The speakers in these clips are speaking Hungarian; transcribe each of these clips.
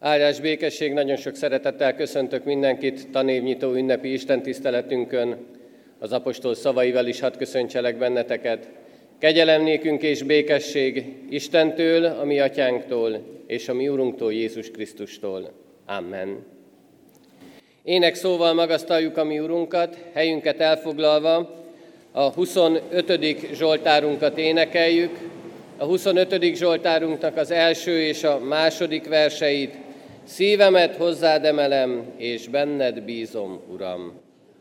Áldás békesség, nagyon sok szeretettel köszöntök mindenkit tanévnyitó ünnepi istentiszteletünkön. Az apostol szavaival is hadd köszöntselek benneteket. Kegyelem nékünk és békesség Istentől, a mi atyánktól, és a mi Urunktól, Jézus Krisztustól. Amen. Énekszóval magasztaljuk a mi Urunkat, helyünket elfoglalva, a 25. Zsoltárunkat énekeljük. A 25. Zsoltárunknak az első és a második verseit: szívemet hozzád emelem, és benned bízom, Uram.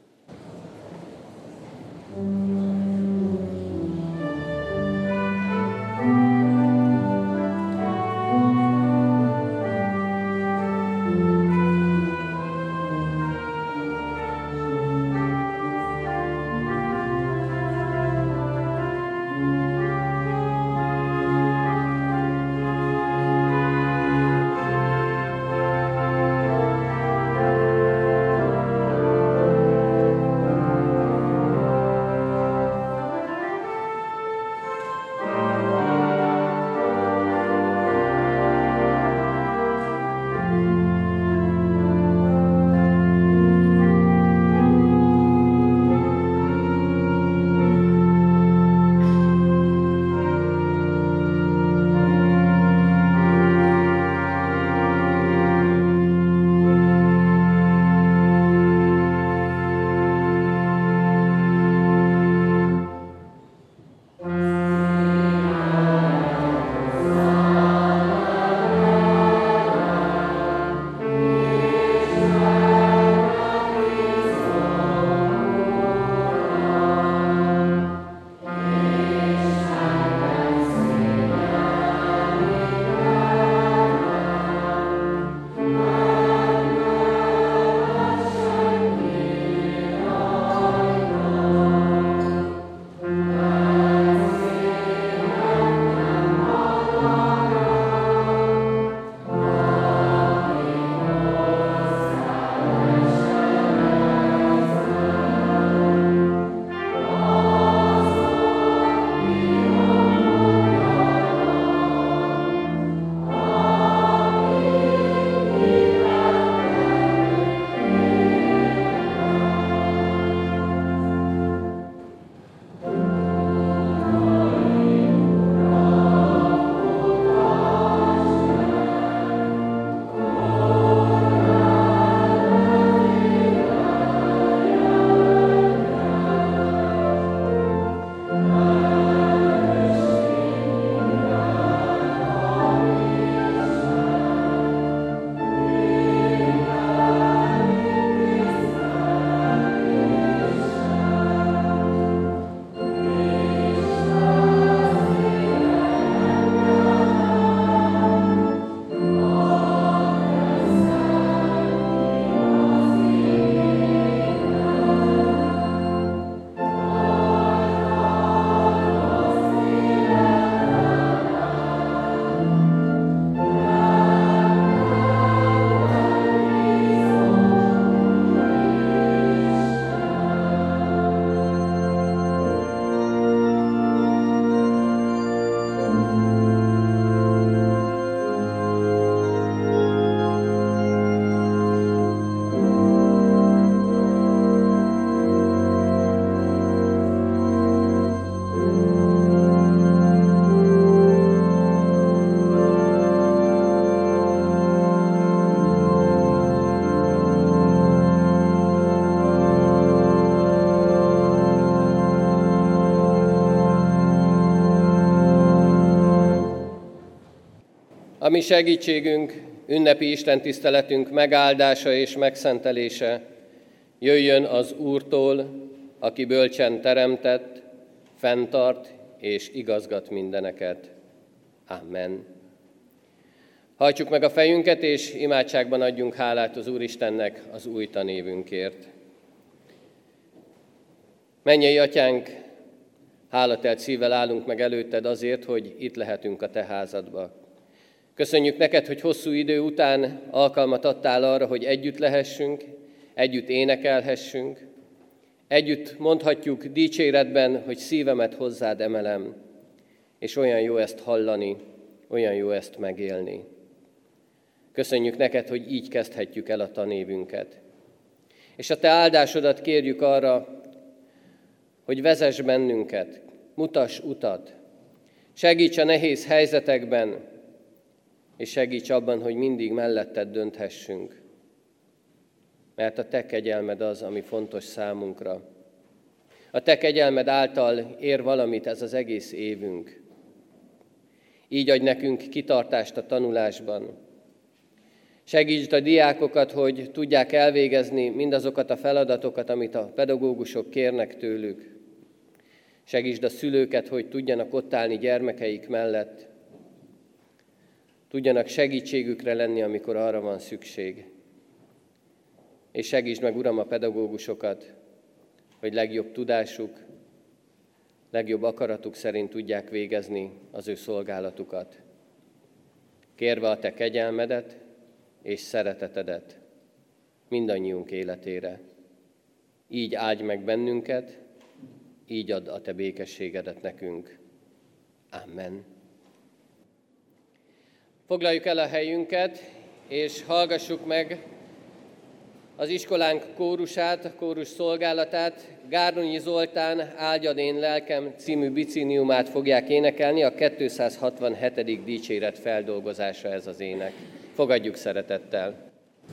A mi segítségünk, ünnepi istentiszteletünk megáldása és megszentelése jöjjön az Úrtól, aki bölcsen teremtett, fenntart és igazgat mindeneket. Amen. Hajtsuk meg a fejünket, és imádságban adjunk hálát az Úristennek az új tanévünkért. Mennyei Atyánk, hálatelt szívvel állunk meg előtted azért, hogy itt lehetünk a te házadba. Köszönjük neked, hogy hosszú idő után alkalmat adtál arra, hogy együtt lehessünk, együtt énekelhessünk, együtt mondhatjuk dicséretben, hogy szívemet hozzád emelem, és olyan jó ezt hallani, olyan jó ezt megélni. Köszönjük neked, hogy így kezdhetjük el a tanévünket. És a te áldásodat kérjük arra, hogy vezess bennünket, mutass utat, segíts a nehéz helyzetekben, és segíts abban, hogy mindig melletted dönthessünk. Mert a te kegyelmed az, ami fontos számunkra. A te kegyelmed által ér valamit ez az egész évünk. Így adj nekünk kitartást a tanulásban. Segítsd a diákokat, hogy tudják elvégezni mindazokat a feladatokat, amit a pedagógusok kérnek tőlük. Segítsd a szülőket, hogy tudjanak ott állni gyermekeik mellett. Tudjanak segítségükre lenni, amikor arra van szükség. És segítsd meg, Uram, a pedagógusokat, hogy legjobb tudásuk, legjobb akaratuk szerint tudják végezni az ő szolgálatukat. Kérve a te kegyelmedet és szeretetedet mindannyiunk életére. Így áldj meg bennünket, így add a te békességedet nekünk. Amen. Foglaljuk el a helyünket, és hallgassuk meg az iskolánk kórusát, a kórus szolgálatát. Gárdonyi Zoltán Áldjad én lelkem című biciniumát fogják énekelni, a 267. dicséret feldolgozása ez az ének. Fogadjuk szeretettel!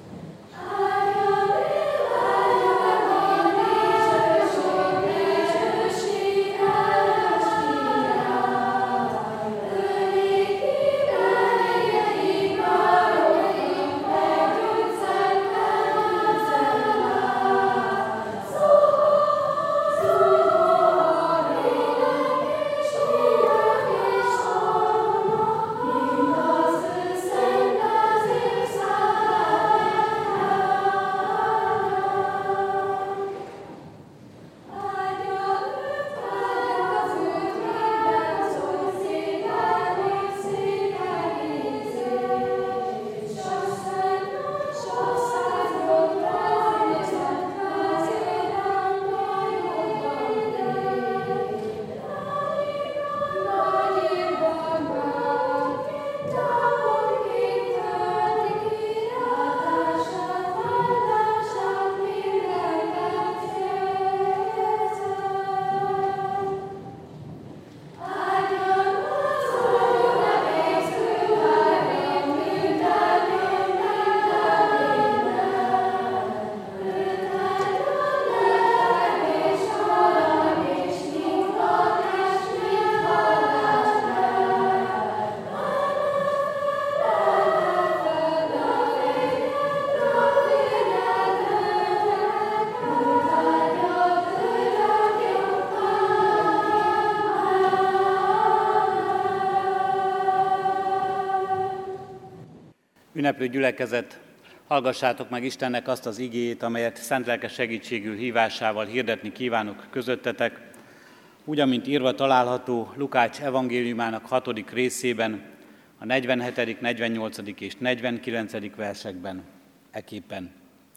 Ünneplő gyülekezet, hallgassátok meg Istennek azt az igéjét, amelyet szent lelke segítségül hívásával hirdetni kívánok közöttetek, úgy, amint írva található Lukács evangéliumának 6. részében, a 47., 48. és 49. versekben, eképpen.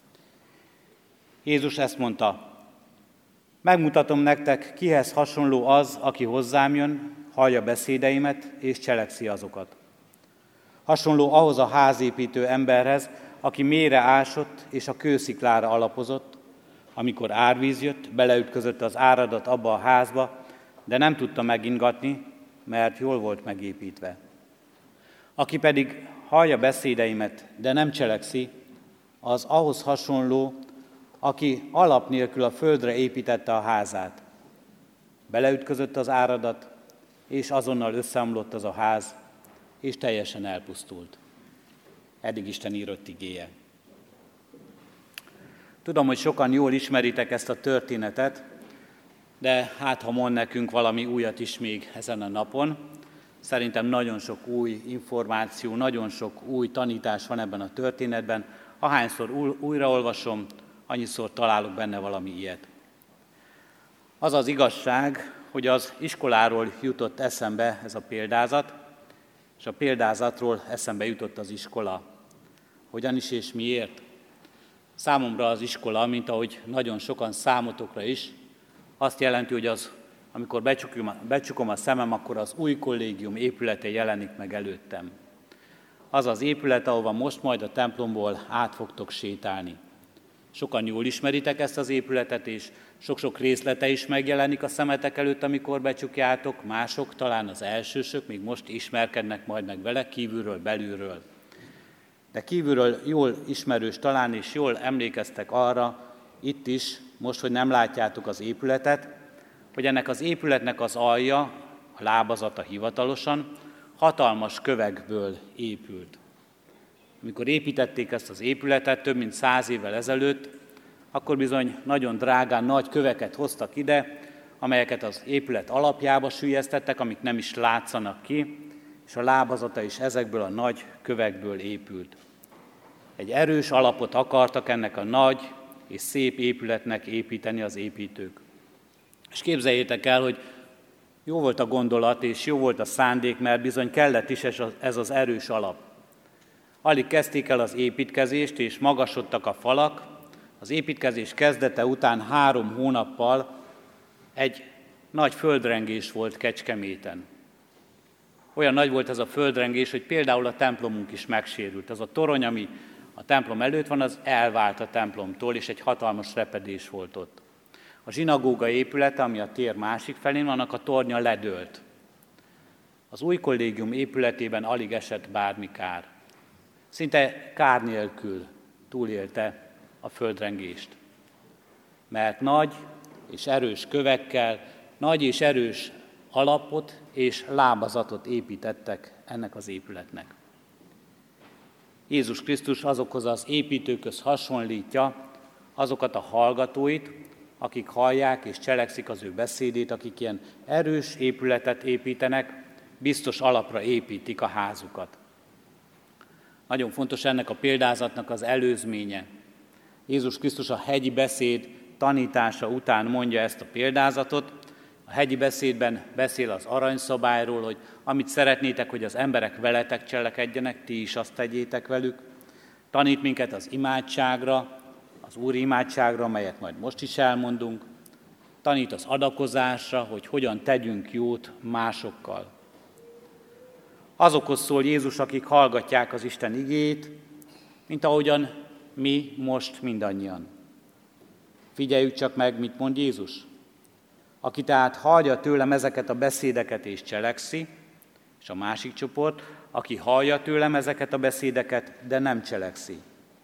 Jézus ezt mondta: megmutatom nektek, kihez hasonló az, aki hozzám jön, hallja beszédeimet és cselekszi azokat. Hasonló ahhoz a házépítő emberhez, aki mélyre ásott és a kősziklára alapozott, amikor árvíz jött, beleütközött az áradat abba a házba, de nem tudta megingatni, mert jól volt megépítve. Aki pedig hallja beszédeimet, de nem cselekszi, az ahhoz hasonló, aki alap nélkül a földre építette a házát. Beleütközött az áradat, és azonnal összeomlott az a ház, és teljesen elpusztult. Eddig Isten írott igéje. Tudom, hogy sokan jól ismeritek ezt a történetet, de hát ha mond nekünk valami újat is még ezen a napon. Szerintem nagyon sok új információ, nagyon sok új tanítás van ebben a történetben. Ahányszor újraolvasom, annyiszor találok benne valami ilyet. Az az igazság, hogy az iskoláról jutott eszembe ez a példázat, és a példázatról eszembe jutott az iskola. Hogyan is és miért? Számomra az iskola, mint ahogy nagyon sokan számotokra is, azt jelenti, hogy amikor becsukom a szemem, akkor az új kollégium épülete jelenik meg előttem. az az épület, ahova most majd a templomból át fogtok sétálni. Sokan jól ismeritek ezt az épületet, és sok-sok részlete is megjelenik a szemetek előtt, amikor becsukjátok, mások, talán az elsősök, még most ismerkednek majd meg vele, kívülről, belülről. De kívülről jól ismerős talán, és jól emlékeztek arra, itt is, most, hogy nem látjátok az épületet, hogy ennek az épületnek az alja, a lábazata hivatalosan, hatalmas kövekből épült. Amikor építették ezt az épületet több mint 100 évvel ezelőtt, akkor bizony nagyon drágán nagy köveket hoztak ide, amelyeket az épület alapjába süllyesztettek, amik nem is látszanak ki, és a lábazata is ezekből a nagy kövekből épült. Egy erős alapot akartak ennek a nagy és szép épületnek építeni az építők. És képzeljétek el, hogy jó volt a gondolat és jó volt a szándék, mert bizony kellett is ez az erős alap. Alig kezdték el az építkezést, és magasodtak a falak. Az építkezés kezdete után 3 hónappal egy nagy földrengés volt Kecskeméten. Olyan nagy volt ez a földrengés, hogy például a templomunk is megsérült. Az a torony, ami a templom előtt van, az elvált a templomtól, és egy hatalmas repedés volt ott. A zsinagóga épülete, ami a tér másik felén, annak a tornya ledőlt. Az új kollégium épületében alig esett bármi kár. Szinte kár nélkül túlélte a földrengést. Mert nagy és erős kövekkel, nagy és erős alapot és lábazatot építettek ennek az épületnek. Jézus Krisztus azokhoz az építőkhöz hasonlítja azokat a hallgatóit, akik hallják és cselekszik az ő beszédét, akik ilyen erős épületet építenek, biztos alapra építik a házukat. Nagyon fontos ennek a példázatnak az előzménye. Jézus Krisztus a hegyi beszéd tanítása után mondja ezt a példázatot. A hegyi beszédben beszél az aranyszabályról, hogy amit szeretnétek, hogy az emberek veletek cselekedjenek, ti is azt tegyétek velük. Tanít minket az imádságra, az Úr imádságra, amelyet majd most is elmondunk. Tanít az adakozásra, hogy hogyan tegyünk jót másokkal. Azokhoz szól Jézus, akik hallgatják az Isten igéjét, mint ahogyan mi most mindannyian. Figyeljük csak meg, mit mond Jézus. Aki tehát hallja tőlem ezeket a beszédeket és cselekszi, és a másik csoport, aki hallja tőlem ezeket a beszédeket, de nem cselekszi.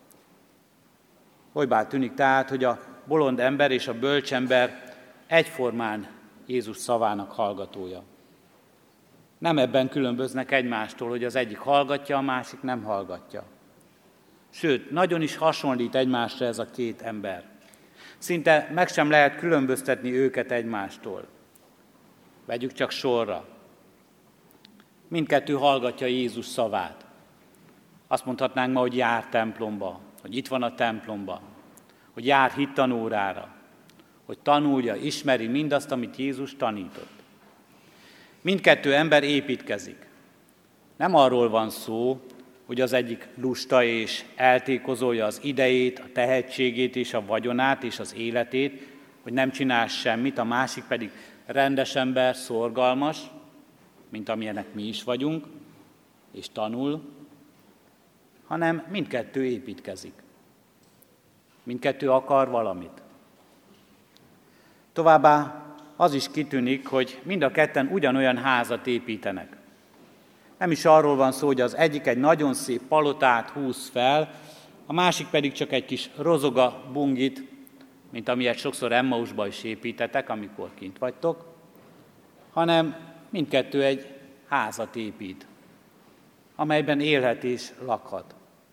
Olybá tűnik tehát, hogy a bolond ember és a bölcs ember egyformán Jézus szavának hallgatója. Nem ebben különböznek egymástól, hogy az egyik hallgatja, a másik nem hallgatja. Sőt, nagyon is hasonlít egymásra ez a 2 ember. Szinte meg sem lehet különböztetni őket egymástól. Vegyük csak sorra. Mindkettő hallgatja Jézus szavát. Azt mondhatnánk ma, hogy jár templomba, hogy itt van a templomba, hogy jár hittanórára, hogy tanulja, ismeri mindazt, amit Jézus tanított. Mindkettő ember építkezik. Nem arról van szó, hogy az egyik lusta és eltékozolja az idejét, a tehetségét és a vagyonát és az életét, hogy nem csinál semmit, a másik pedig rendes ember, szorgalmas, mint amilyenek mi is vagyunk, és tanul, hanem mindkettő építkezik. Mindkettő akar valamit. Továbbá az is kitűnik, hogy mind a ketten ugyanolyan házat építenek. Nem is arról van szó, hogy az egyik egy nagyon szép palotát húz fel, a másik pedig csak egy kis rozoga bungit, mint amilyet sokszor Emmausba is építetek, amikor kint vagytok, hanem mindkettő egy házat épít, amelyben élhet és lakhat.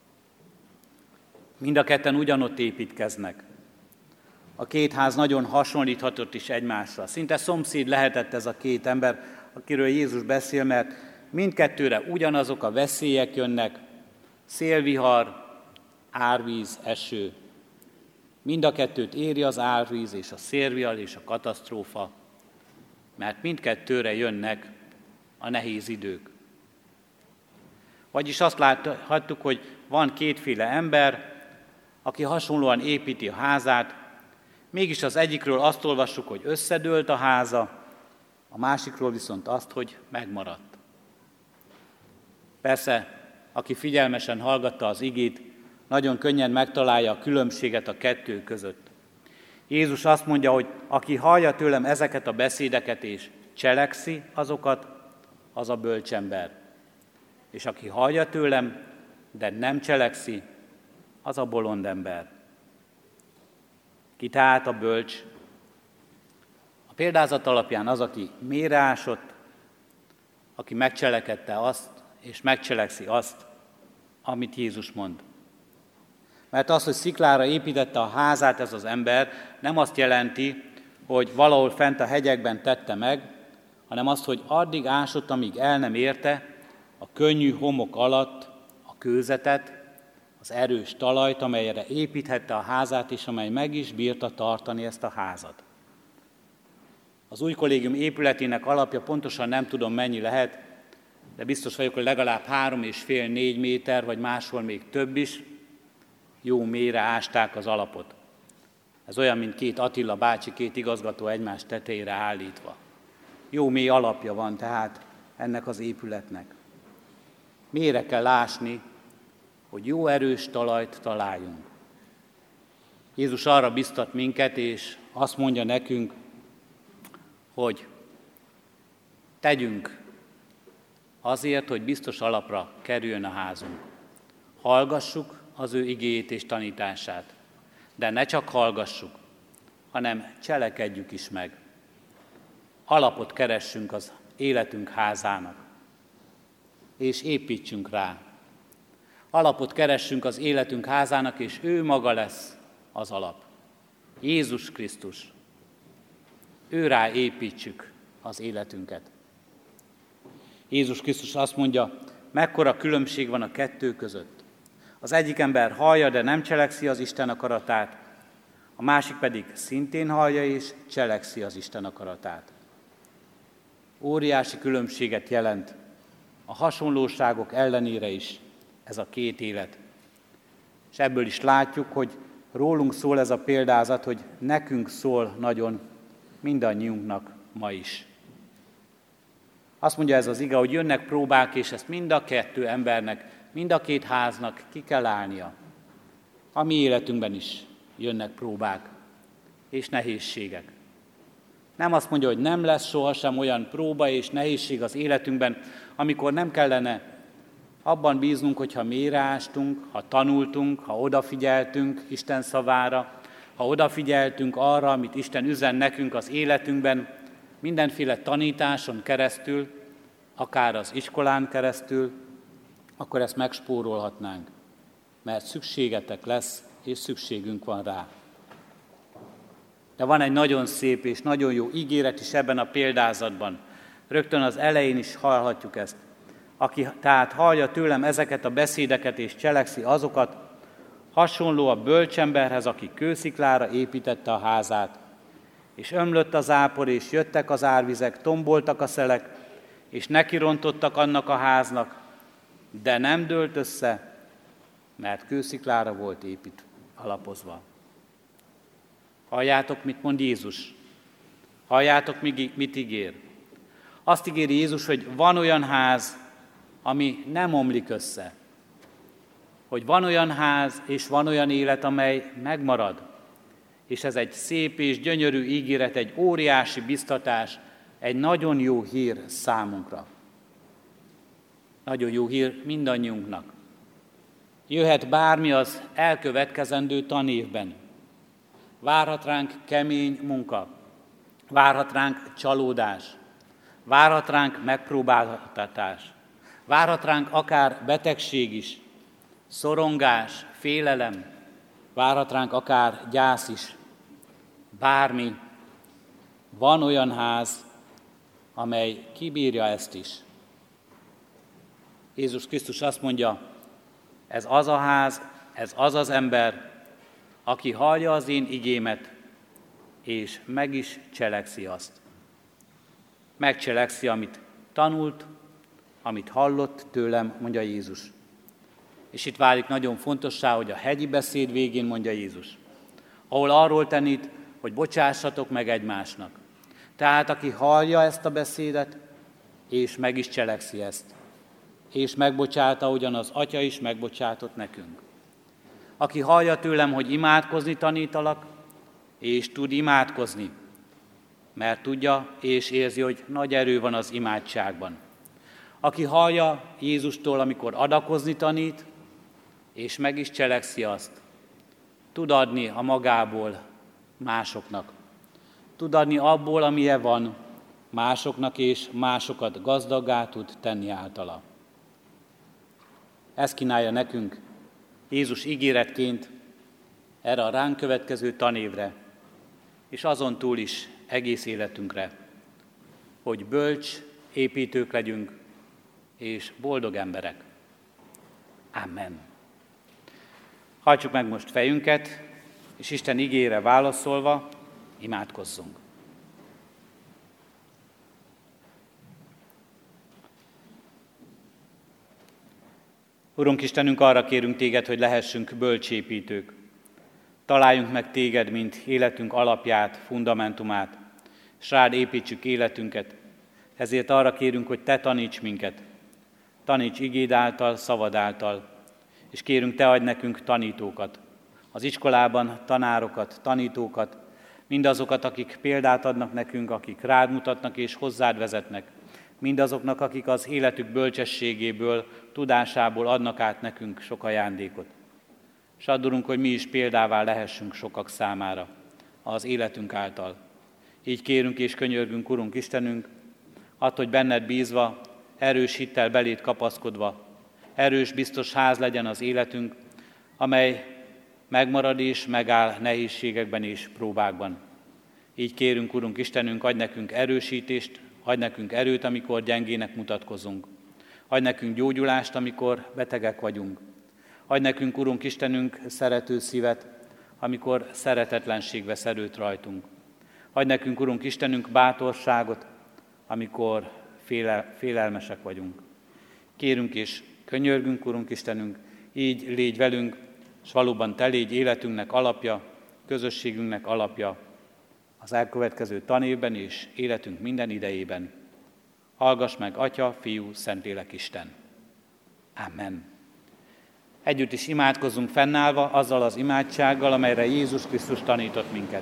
Mind a ketten ugyanott építkeznek. A 2 ház nagyon hasonlíthatott is egymásra. Szinte szomszéd lehetett ez a 2 ember, akiről Jézus beszél, mert mindkettőre ugyanazok a veszélyek jönnek, szélvihar, árvíz, eső. Mind a kettőt éri az árvíz és a szélvihar és a katasztrófa, mert mindkettőre jönnek a nehéz idők. Vagyis azt láthattuk, hogy van 2 ember, aki hasonlóan építi a házát, mégis az egyikről azt olvassuk, hogy összedőlt a háza, a másikról viszont azt, hogy megmaradt. Persze aki figyelmesen hallgatta az igét, nagyon könnyen megtalálja a különbséget a kettő között. Jézus azt mondja, hogy aki hallja tőlem ezeket a beszédeket és cselekszi azokat, az a bölcs ember. És aki hallja tőlem, de nem cselekszi, az a bolond ember. Ki tehát a bölcs? A példázat alapján az, aki mélyreásott, aki megcselekedte azt, és megcselekszi azt, amit Jézus mond. Mert az, hogy sziklára építette a házát ez az ember, nem azt jelenti, hogy valahol fent a hegyekben tette meg, hanem azt, hogy addig ásott, amíg el nem érte a könnyű homok alatt a kőzetet, az erős talajt, amelyre építhette a házát, és amely meg is bírta tartani ezt a házat. Az új kollégium épületének alapja pontosan nem tudom mennyi lehet, de biztos vagyok, hogy legalább 3,5-4 méter, vagy máshol még több is, jó mélyre ásták az alapot. Ez olyan, mint két Attila bácsi, két igazgató egymás tetejére állítva. Jó mély alapja van tehát ennek az épületnek. Mélyre kell ásni, hogy jó erős talajt találjunk. Jézus arra biztat minket, és azt mondja nekünk, hogy tegyünk azért, hogy biztos alapra kerüljön a házunk. Hallgassuk az ő igéjét és tanítását, de ne csak hallgassuk, hanem cselekedjük is meg. Alapot keressünk az életünk házának, és építsünk rá. Alapot keressünk az életünk házának, és ő maga lesz az alap. Jézus Krisztus. Ő rá építsük az életünket. Jézus Krisztus azt mondja, mekkora különbség van a kettő között. Az egyik ember hallja, de nem cselekszi az Isten akaratát, a másik pedig szintén hallja és cselekszi az Isten akaratát. Óriási különbséget jelent a hasonlóságok ellenére is ez a két élet. És ebből is látjuk, hogy rólunk szól ez a példázat, hogy nekünk szól nagyon mindannyiunknak ma is. Azt mondja ez az ige, hogy jönnek próbák, és ezt mind a kettő embernek, mind a két háznak ki kell állnia. A mi életünkben is jönnek próbák és nehézségek. Nem azt mondja, hogy nem lesz sohasem olyan próba és nehézség az életünkben, amikor nem kellene abban bíznunk, hogyha mélyre ástunk, ha tanultunk, ha odafigyeltünk Isten szavára, ha odafigyeltünk arra, amit Isten üzen nekünk az életünkben, mindenféle tanításon keresztül, akár az iskolán keresztül, akkor ezt megspórolhatnánk, mert szükségetek lesz, és szükségünk van rá. De van egy nagyon szép és nagyon jó ígéret is ebben a példázatban. Rögtön az elején is hallhatjuk ezt. Aki tehát hallja tőlem ezeket a beszédeket és cselekszi azokat, hasonló a bölcsemberhez, aki kősziklára építette a házát, és ömlött a zápor, és jöttek az árvizek, tomboltak a szelek, és nekirontottak annak a háznak, de nem dőlt össze, mert kősziklára volt alapozva. Halljátok, mit mond Jézus? Halljátok, mit ígér? Azt ígéri Jézus, hogy van olyan ház, ami nem omlik össze. Hogy van olyan ház, és van olyan élet, amely megmarad. És ez egy szép és gyönyörű ígéret, egy óriási biztatás, egy nagyon jó hír számunkra. Nagyon jó hír mindannyiunknak. Jöhet bármi az elkövetkezendő tanévben. Várhat ránk kemény munka, várhat ránk csalódás, várhat ránk megpróbáltatás, várhat ránk akár betegség is, szorongás, félelem, várhat ránk akár gyász is. Bármi, van olyan ház, amely kibírja ezt is. Jézus Krisztus azt mondja, ez az a ház, ez az az ember, aki hallja az én igémet, és meg is cselekszi azt. Megcselekszi, amit tanult, amit hallott tőlem, mondja Jézus. És itt válik nagyon fontossá, hogy a hegyi beszéd végén mondja Jézus, ahol arról tanít, hogy bocsássatok meg egymásnak. Tehát aki hallja ezt a beszédet, és meg is cselekszi ezt, és megbocsátta, ahogyan az Atya is megbocsátott nekünk. Aki hallja tőlem, hogy imádkozni tanítalak, és tud imádkozni, mert tudja és érzi, hogy nagy erő van az imádságban. Aki hallja Jézustól, amikor adakozni tanít, és meg is cselekszi azt, tud adni a magából másoknak. Tud adni abból, amilyen van másoknak, és másokat gazdaggá tud tenni általa. Ezt kínálja nekünk Jézus ígéretként erre a ránk következő tanévre, és azon túl is egész életünkre, hogy bölcs építők legyünk, és boldog emberek. Amen. Hajtsuk meg most fejünket, és Isten igére válaszolva imádkozzunk. Urunk Istenünk, arra kérünk Téged, hogy lehessünk bölcsépítők. Találjunk meg Téged, mint életünk alapját, fundamentumát, s rád építsük életünket. Ezért arra kérünk, hogy Te taníts minket. Taníts igéd által, szavad által, és kérünk, Te adj nekünk tanítókat. Az iskolában tanárokat, tanítókat, mindazokat, akik példát adnak nekünk, akik rád mutatnak és hozzád vezetnek. Mindazoknak, akik az életük bölcsességéből, tudásából adnak át nekünk sok ajándékot. S add, Urunk, hogy mi is példává lehessünk sokak számára az életünk által. Így kérünk és könyörgünk, Urunk Istenünk, add, hogy benned bízva, erős hittel beléd kapaszkodva, erős, biztos ház legyen az életünk, amely megmarad és megáll nehézségekben és próbákban. Így kérünk, Urunk Istenünk, adj nekünk erősítést, adj nekünk erőt, amikor gyengének mutatkozunk. Adj nekünk gyógyulást, amikor betegek vagyunk. Adj nekünk, Urunk Istenünk, szerető szívet, amikor szeretetlenség vesz erőt rajtunk. Adj nekünk, Urunk Istenünk, bátorságot, amikor félelmesek vagyunk. Kérünk és könyörgünk, Urunk Istenünk, így légy velünk, és valóban Te légy életünknek alapja, közösségünknek alapja az elkövetkező tanévben és életünk minden idejében. Hallgass meg, Atya, Fiú, Szentlélek Isten. Amen. Együtt is imádkozzunk fennállva azzal az imádsággal, amelyre Jézus Krisztus tanított minket.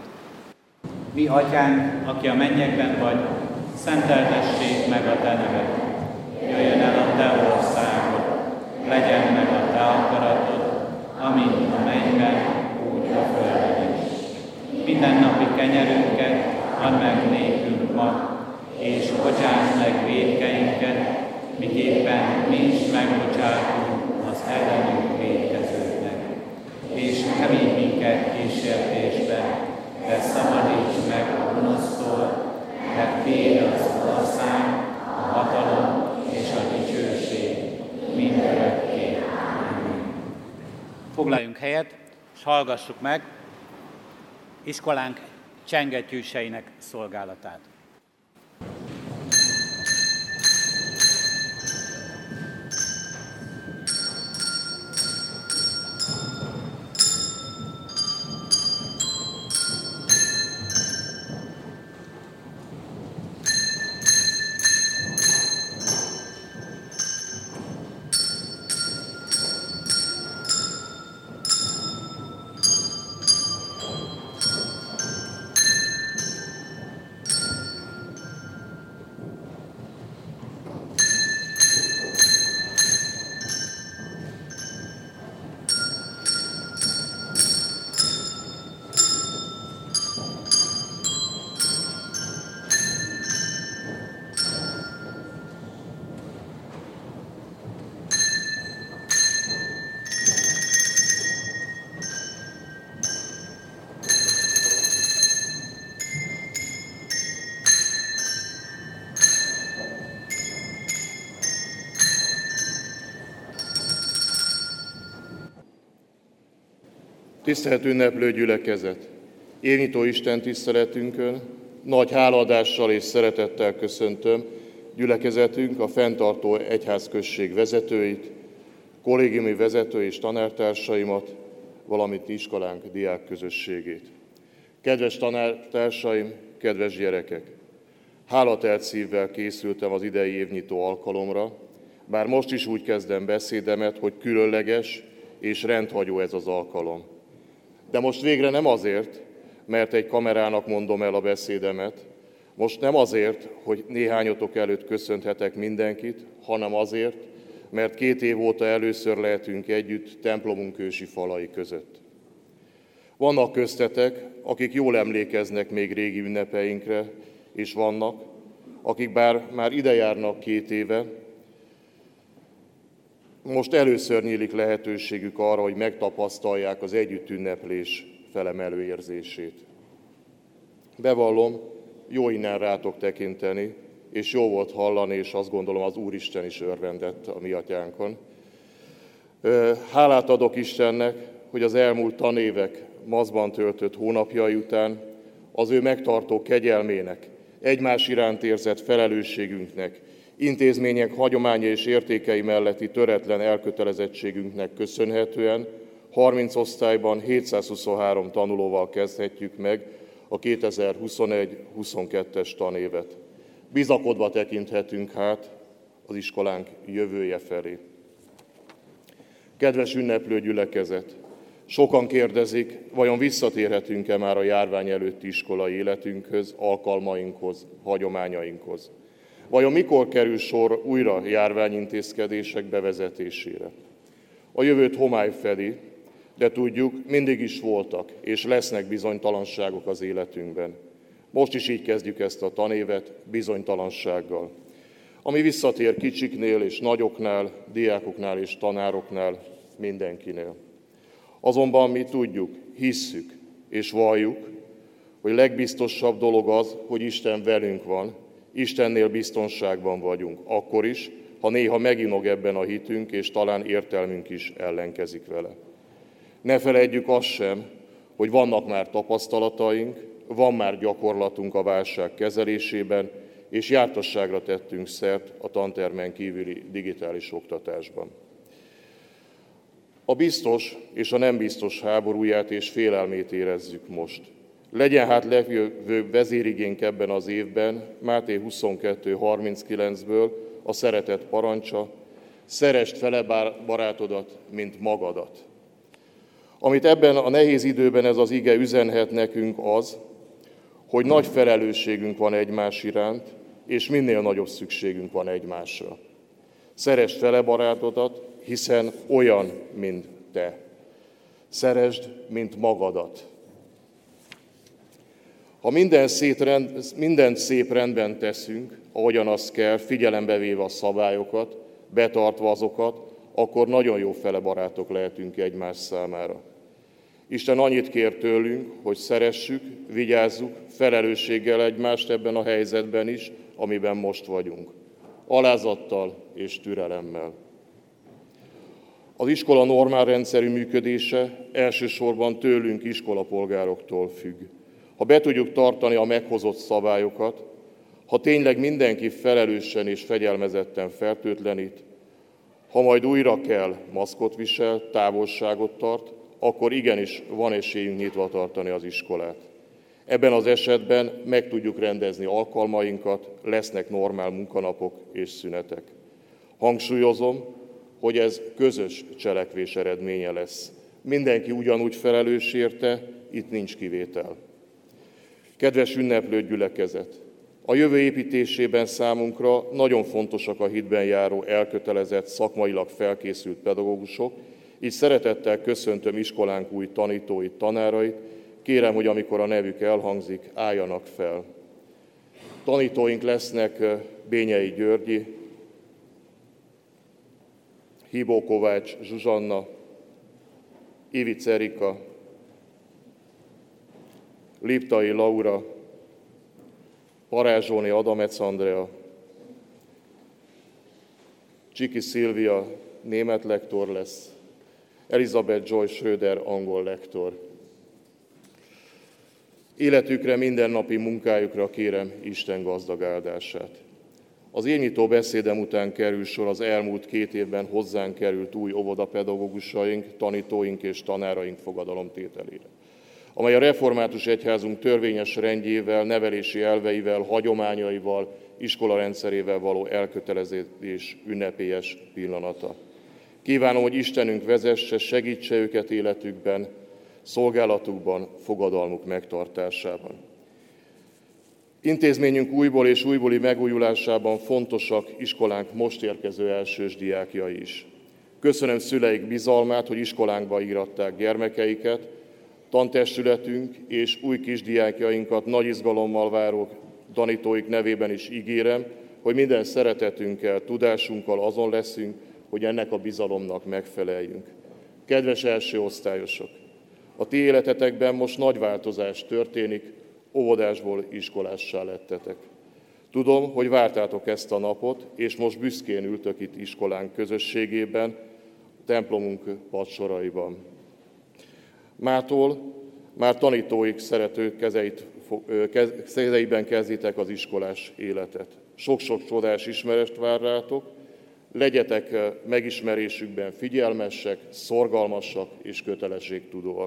Mi, Atyánk, aki a mennyekben vagy, szenteltessék meg a Te neved. Jöjjön el a Te országod, legyen meg a Te akaratod, amint a mennyben, úgy a földön is. Mindennapi kenyerünket add meg nékünk ma, és bocsásd meg vétkeinket, miképpen mi is megbocsátunk az ellenünk vétkezőknek. És ne vigy minket kísértésbe, de szabadíts meg a gonosztól, mert Tiéd az ország, a hatalom és a dicsőség mindörökké. Foglaljunk helyet, és hallgassuk meg iskolánk csengettyűseinek szolgálatát. Tisztelt ünneplő gyülekezet! Évnyitó Isten tiszteletünkön nagy hálaadással és szeretettel köszöntöm gyülekezetünk a fenntartó egyházközség vezetőit, kollégiumi vezető és tanártársaimat, valamint iskolánk diákközösségét. Kedves tanártársaim, kedves gyerekek! Hálatelt szívvel készültem az idei évnyitó alkalomra, Bár most is úgy kezdem beszédemet, hogy különleges és rendhagyó ez az alkalom. De most végre nem azért, mert egy kamerának mondom el a beszédemet, most nem azért, hogy néhányatok előtt köszönhetek mindenkit, hanem azért, mert 2 év óta először lehetünk együtt templomunk ősi falai között. Vannak köztetek, akik jól emlékeznek még régi ünnepeinkre, és vannak, akik bár már ide járnak 2 éve, most először nyílik lehetőségük arra, hogy megtapasztalják az együtt ünneplés felemelő érzését. Bevallom, jó innen rátok tekinteni, és jó volt hallani, és azt gondolom az Úristen is örvendett a mi atyánkon. Hálát adok Istennek, hogy az elmúlt tanévek maszkban töltött hónapjai után az ő megtartó kegyelmének, egymás iránt érzett felelősségünknek, intézmények hagyománya és értékei melletti töretlen elkötelezettségünknek köszönhetően 30 osztályban 723 tanulóval kezdhetjük meg a 2021-22-es tanévet. Bizakodva tekinthetünk hát az iskolánk jövője felé. Kedves ünneplő gyülekezet! Sokan kérdezik, vajon visszatérhetünk-e már a járvány előtti iskolai életünkhöz, alkalmainkhoz, hagyományainkhoz? Vajon mikor kerül sor újra járványintézkedések bevezetésére? A jövőt homály fedi, de tudjuk, mindig is voltak és lesznek bizonytalanságok az életünkben. Most is így kezdjük ezt a tanévet, bizonytalansággal, ami visszatér kicsiknél és nagyoknál, diákoknál és tanároknál, mindenkinél. Azonban mi tudjuk, hisszük és valljuk, hogy legbiztosabb dolog az, hogy Isten velünk van, Istennél biztonságban vagyunk, akkor is, ha néha meginog ebben a hitünk, és talán értelmünk is ellenkezik vele. Ne feledjük azt sem, hogy vannak már tapasztalataink, van már gyakorlatunk a válság kezelésében, és jártasságra tettünk szert a tantermen kívüli digitális oktatásban. A biztos és a nem biztos háborúját és félelmét érezzük most. Legyen hát legfőbb vezérigénk ebben az évben, Máté 22.39-ből a szeretet parancsa, szeresd fele barátodat, mint magadat. Amit ebben a nehéz időben ez az ige üzenhet nekünk az, hogy nagy felelősségünk van egymás iránt, és minél nagyobb szükségünk van egymásra. Szeresd fele barátodat, hiszen olyan, mint te. Szeresd, mint magadat. Ha mindent szép rendben teszünk, ahogyan azt kell, figyelembe véve a szabályokat, betartva azokat, akkor nagyon jó fele barátok lehetünk egymás számára. Isten annyit kér tőlünk, hogy szeressük, vigyázzuk felelősséggel egymást ebben a helyzetben is, amiben most vagyunk. Alázattal és türelemmel. Az iskola normál rendszerű működése elsősorban tőlünk, iskolapolgároktól függ. Ha be tudjuk tartani a meghozott szabályokat, ha tényleg mindenki felelősen és fegyelmezetten fertőtlenít, ha majd újra kell, maszkot visel, távolságot tart, akkor igenis van esélyünk nyitva tartani az iskolát. Ebben az esetben meg tudjuk rendezni alkalmainkat, lesznek normál munkanapok és szünetek. Hangsúlyozom, hogy ez közös cselekvés eredménye lesz. Mindenki ugyanúgy felelős érte, itt nincs kivétel. Kedves ünneplő gyülekezet! A jövő építésében számunkra nagyon fontosak a hitben járó, elkötelezett, szakmailag felkészült pedagógusok, így szeretettel köszöntöm iskolánk új tanítóit, tanárait, kérem, hogy amikor a nevük elhangzik, álljanak fel. Tanítóink lesznek Bényei Györgyi, Hibó Kovács Zsuzsanna, Ivic Erika, Liptai Laura, Parázsóni Adamec Andrea, Csiki Szilvia német lektor lesz, Elizabeth Joy Schröder angol lektor. Életükre, mindennapi munkájukra kérem Isten gazdag áldását. Az évnyitó beszédem után kerül sor az elmúlt 2 évben hozzánk került új óvodapedagógusaink, tanítóink és tanáraink fogadalomtételére. amely a református egyházunk törvényes rendjével, nevelési elveivel, hagyományaival, iskolarendszerével való elkötelezés ünnepélyes pillanata. Kívánom, hogy Istenünk vezesse, segítse őket életükben, szolgálatukban, fogadalmuk megtartásában. Intézményünk újból és újbóli megújulásában fontosak iskolánk most érkező elsős diákjai is. Köszönöm szüleik bizalmát, hogy iskolánkba íratták gyermekeiket, tantestületünk és új kisdiákjainkat nagy izgalommal váró tanítóik nevében is ígérem, hogy minden szeretetünkkel, tudásunkkal azon leszünk, hogy ennek a bizalomnak megfeleljünk. Kedves első osztályosok! A ti életetekben most nagy változás történik, óvodásból iskolássá lettetek. Tudom, hogy vártátok ezt a napot, és most büszkén ültök itt iskolánk közösségében, templomunk padsoraiban. Mától már tanítóik szerető kezeiben kezditek az iskolás életet. Sok-sok csodás ismerést vár rátok, legyetek megismerésükben figyelmesek, szorgalmasak és kötelességtudóak.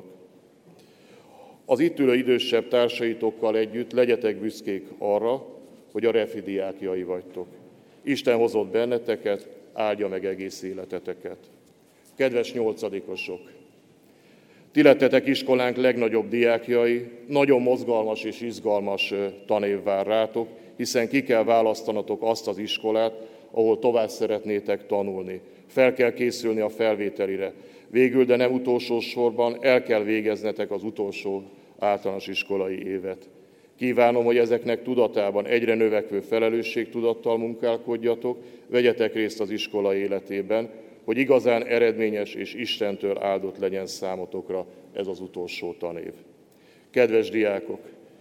Az itt ülő idősebb társaitokkal együtt legyetek büszkék arra, hogy a refi diákjai vagytok. Isten hozott benneteket, áldja meg egész életeteket. Kedves nyolcadikosok! Ti lettetek iskolánk legnagyobb diákjai, nagyon mozgalmas és izgalmas tanév vár rátok, hiszen ki kell választanatok azt az iskolát, ahol tovább szeretnétek tanulni. Fel kell készülni a felvételire. Végül, de nem utolsó sorban el kell végeznetek az utolsó általános iskolai évet. Kívánom, hogy ezeknek tudatában egyre növekvő felelősségtudattal munkálkodjatok, vegyetek részt az iskola életében, hogy igazán eredményes és Istentől áldott legyen számotokra ez az utolsó tanév. Kedves diákok!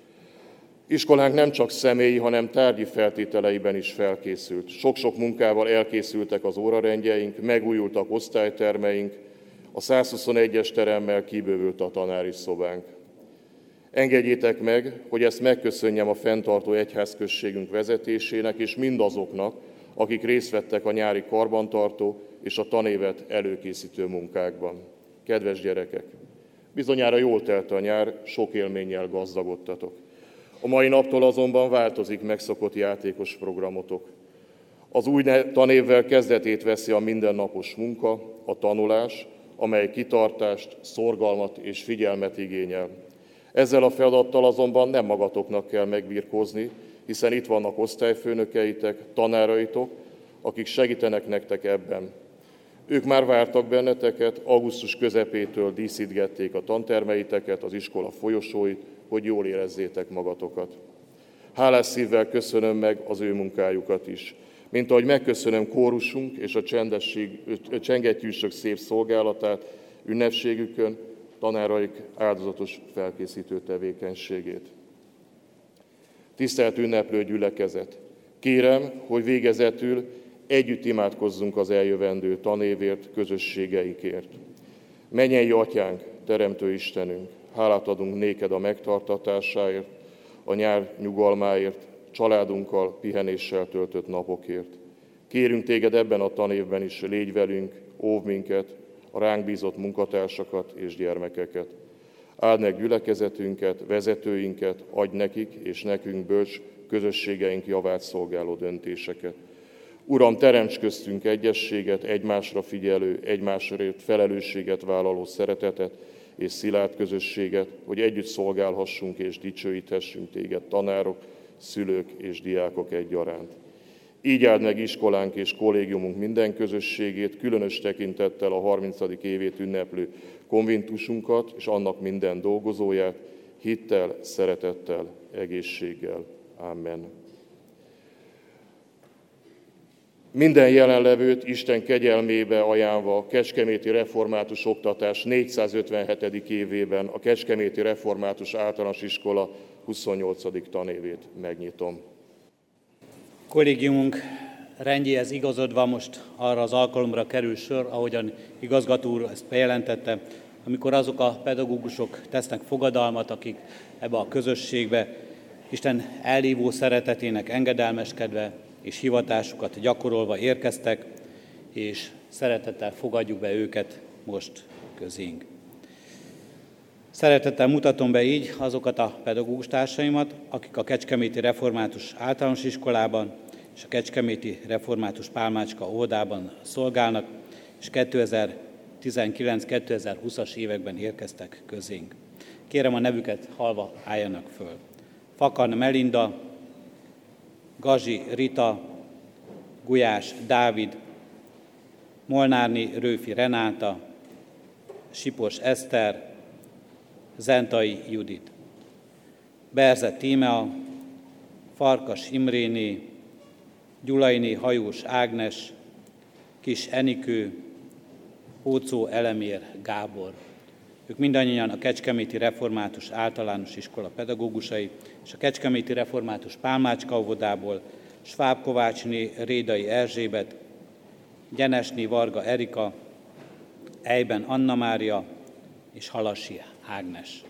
Iskolánk nem csak személyi, hanem tárgyi feltételeiben is felkészült. Sok-sok munkával elkészültek az órarendjeink, megújultak osztálytermeink, a 121-es teremmel kibővült a tanári szobánk. Engedjétek meg, hogy ezt megköszönjem a fenntartó egyházközségünk vezetésének és mindazoknak, akik részt vettek a nyári karbantartó és a tanévet előkészítő munkákban. Kedves gyerekek! Bizonyára jól telt a nyár, sok élménnyel gazdagodtatok. A mai naptól azonban változik megszokott játékos programotok. Az új tanévvel kezdetét veszi a mindennapos munka, a tanulás, amely kitartást, szorgalmat és figyelmet igényel. Ezzel a feladattal azonban nem magatoknak kell megbirkózni, hiszen itt vannak osztályfőnökeitek, tanáraitok, akik segítenek nektek ebben. Ők már vártak benneteket, augusztus közepétől díszítgették a tantermeiteket, az iskola folyosóit, hogy jól érezzétek magatokat. Hálás szívvel köszönöm meg az ő munkájukat is. Mint ahogy megköszönöm kórusunk és a csengettyűsök szép szolgálatát, ünnepségükön, tanáraik áldozatos felkészítő tevékenységét. Tisztelt ünneplő gyülekezet! Kérem, hogy végezetül együtt imádkozzunk az eljövendő tanévért, közösségeinkért. Mennyei Atyánk, Teremtő Istenünk, hálát adunk néked a megtartatásáért, a nyár nyugalmáért, családunkkal, pihenéssel töltött napokért. Kérünk téged ebben a tanévben is, légy velünk, óvd minket, a ránk bízott munkatársakat és gyermekeket. Áld meg gyülekezetünket, vezetőinket, adj nekik és nekünk bölcs közösségeink javát szolgáló döntéseket. Uram, teremts köztünk egyességet, egymásra figyelő, egymásért felelősséget vállaló szeretetet és szilárd közösséget, hogy együtt szolgálhassunk és dicsőíthessünk téged tanárok, szülők és diákok egyaránt. Így áld meg iskolánk és kollégiumunk minden közösségét, különös tekintettel a 30. évét ünneplő konventusunkat és annak minden dolgozóját, hittel, szeretettel, egészséggel. Amen. Minden jelenlevőt Isten kegyelmébe ajánlva a Kecskeméti Református Oktatás 457. évében a Kecskeméti Református Általános Iskola 28. tanévét megnyitom. Kollégiumunk rendjéhez igazodva most arra az alkalomra kerül sor, ahogyan igazgató úr ezt bejelentette, amikor azok a pedagógusok tesznek fogadalmat, akik ebbe a közösségbe Isten elhívó szeretetének engedelmeskedve és hivatásukat gyakorolva érkeztek, és szeretettel fogadjuk be őket most közénk. Szeretettel mutatom be így azokat a pedagógus társaimat, akik a Kecskeméti Református Általános Iskolában és a Kecskeméti Református Pálmácska óvodában szolgálnak, és 2019-2020-as években érkeztek közénk. Kérem, a nevüket hallva álljanak föl. Fakan Melinda, Gazsi Rita, Gulyás Dávid, Molnárni Rőfi Renáta, Sipos Eszter, Zentai Judit, Berze Tímea, Farkas Imréné, Gyulainé Hajós Ágnes, Kis Enikő, Hócó Elemér Gábor. Ők mindannyian a Kecskeméti Református Általános Iskola pedagógusai, és a Kecskeméti Református Pálmácska óvodából Schwab Kovácsné Rédai Erzsébet, Gyenesné Varga Erika, Ejben Anna Mária és Halasi Ágnes.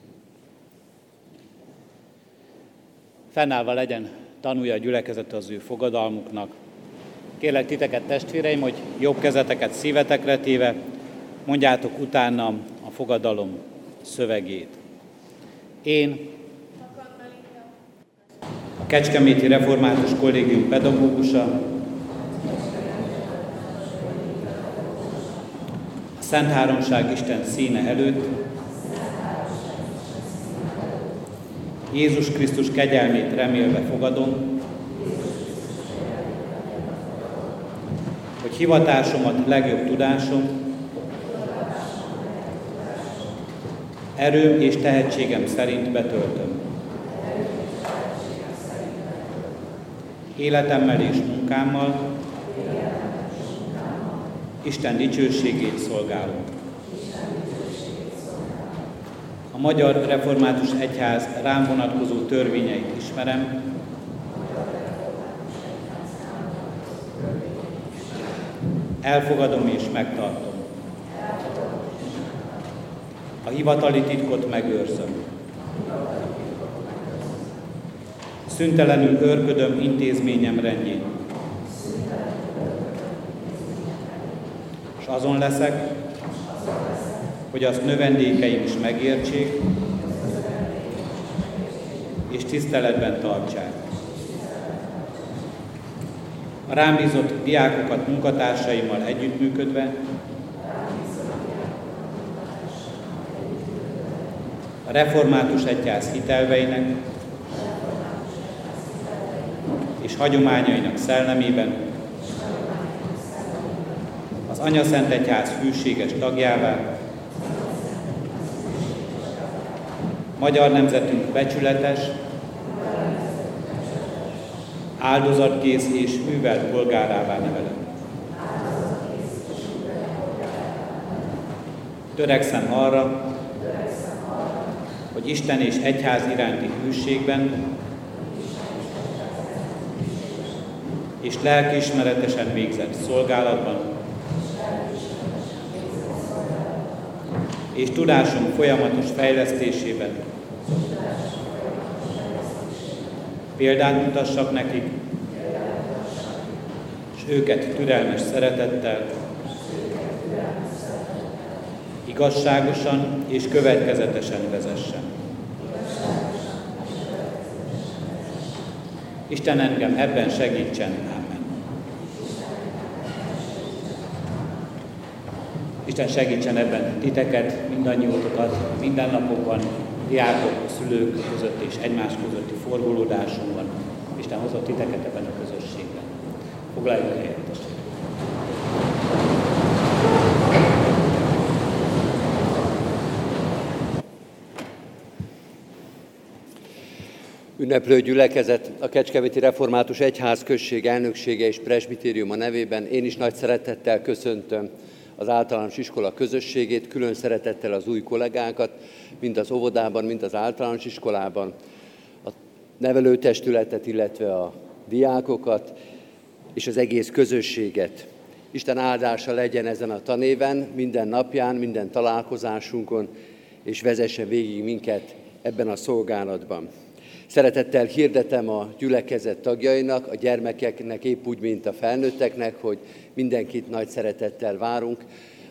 Fennállva legyen tanulja a gyülekezet az ő fogadalmuknak. Kérlek titeket, testvéreim, hogy jobb kezeteket szívetekre téve mondjátok utánam a fogadalom szövegét. Én, a Kecskeméti Református Kollégium pedagógusa, a Szent Háromság Isten színe előtt Jézus Krisztus kegyelmét remélve fogadom, hogy hivatásomat legjobb tudásom, erőm és tehetségem szerint betöltöm. Életemmel és munkámmal Isten dicsőségét szolgálom. A Magyar Református Egyház rám vonatkozó törvényeit ismerem, elfogadom és megtartom. A hivatali titkot megőrzöm. Szüntelenül őrködöm intézményem rendjén. És azon leszek, hogy azt növendékeim is megértsék, és tiszteletben tartsák. A rám bízott diákokat munkatársaimmal együttműködve, a Református Egyház hitelveinek és hagyományainak szellemében az Anyaszent Egyház hűséges tagjává, magyar nemzetünk becsületes, áldozatkész és művelt polgárává nevelem. Törekszem arra, hogy Isten és egyház iránti hűségben és lelkiismeretesen végzett szolgálatban és tudásom folyamatos fejlesztésében példát mutassak nekik, és őket türelmes szeretettel, igazságosan és következetesen vezessem. Isten engem ebben segítsen. Ámen. Isten segítsen ebben titeket, mindannyiótokat, mindennapokban, diákok, szülők között és egymás közötti forgolódásunkban. Isten hozott titeket ebben a közösségben. Foglaljuk helyet, testvérek. Ünneplő gyülekezet, a Kecskeméti Református Egyház község elnöksége és presbitériuma nevében én is nagy szeretettel köszöntöm az általános iskola közösségét, külön szeretettel az új kollégákat, mind az óvodában, mind az általános iskolában, a nevelőtestületet, illetve a diákokat és az egész közösséget. Isten áldása legyen ezen a tanéven, minden napján, minden találkozásunkon, és vezesse végig minket ebben a szolgálatban. Szeretettel hirdetem a gyülekezet tagjainak, a gyermekeknek épp úgy, mint a felnőtteknek, hogy mindenkit nagy szeretettel várunk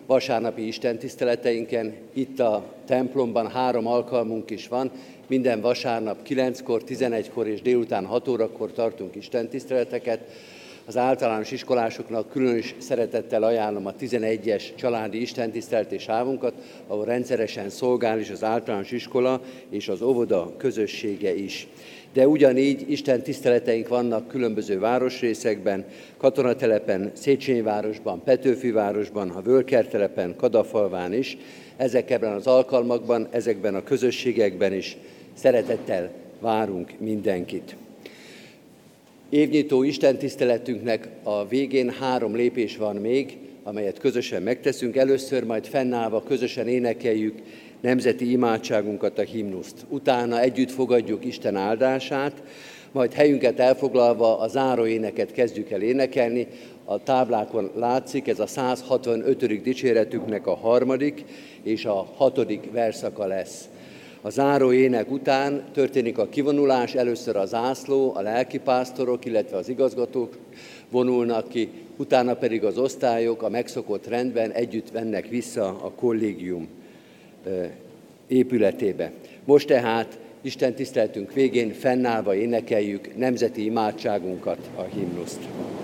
vasárnapi istentiszteleteinken. Itt a templomban 3 alkalmunk is van. Minden vasárnap 9-kor, 11-kor és délután 6 órakor tartunk istentiszteleteket. Az általános iskolásoknak különös szeretettel ajánlom a 11-es családi istentiszteleti sávunkat, ahol rendszeresen szolgál is az általános iskola és az óvoda közössége is. De ugyanígy istentiszteleteink vannak különböző városrészekben, Katonatelepen, Széchenyi városban, Petőfivárosban, a Völkertelepen, Kadafalván is. Ezekben az alkalmakban, ezekben a közösségekben is szeretettel várunk mindenkit. Évnyitó istentiszteletünknek a végén 3 lépés van még, amelyet közösen megteszünk. Először majd fennállva közösen énekeljük nemzeti imádságunkat, a himnuszt. Utána együtt fogadjuk Isten áldását, majd helyünket elfoglalva a záróéneket kezdjük el énekelni. A táblákon látszik, ez a 165. dicséretünknek a 3. és a 6. verszaka lesz. A záró ének után történik a kivonulás, először a zászló, a lelkipásztorok, illetve az igazgatók vonulnak ki, utána pedig az osztályok a megszokott rendben együtt vennek vissza a kollégium épületébe. Most tehát Isten tiszteletünk végén fennállva énekeljük nemzeti imádságunkat, a himnuszt.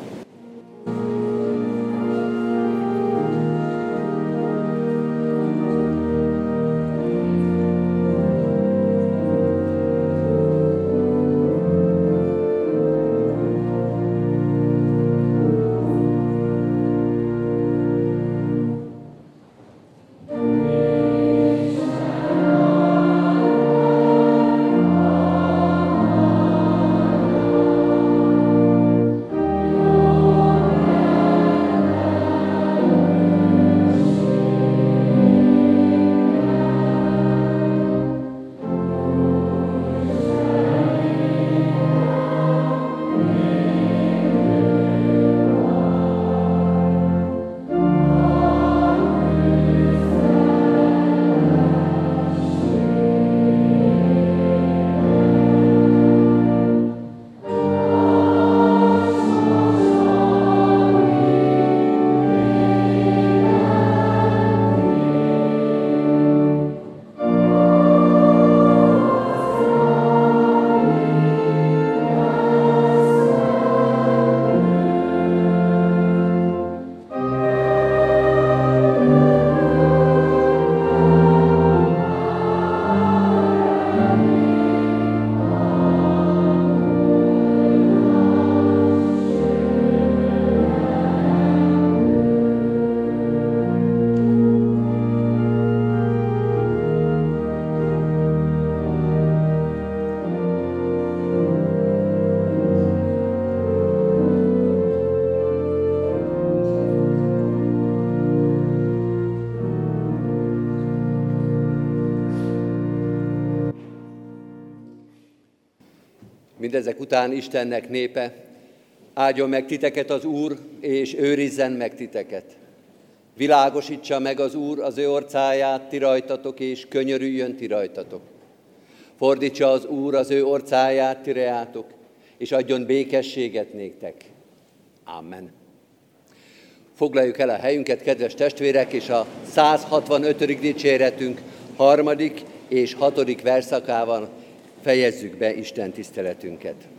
Mindezek után Istennek népe, áldjon meg titeket az Úr, és őrizzen meg titeket. Világosítsa meg az Úr az ő orcáját ti rajtatok, és könyörüljön ti rajtatok. Fordítsa az Úr az ő orcáját ti reátok, és adjon békességet néktek. Amen. Foglaljuk el a helyünket, kedves testvérek, és a 165. dicséretünk 3. és 6. verszakával fejezzük be Isten tiszteletünket.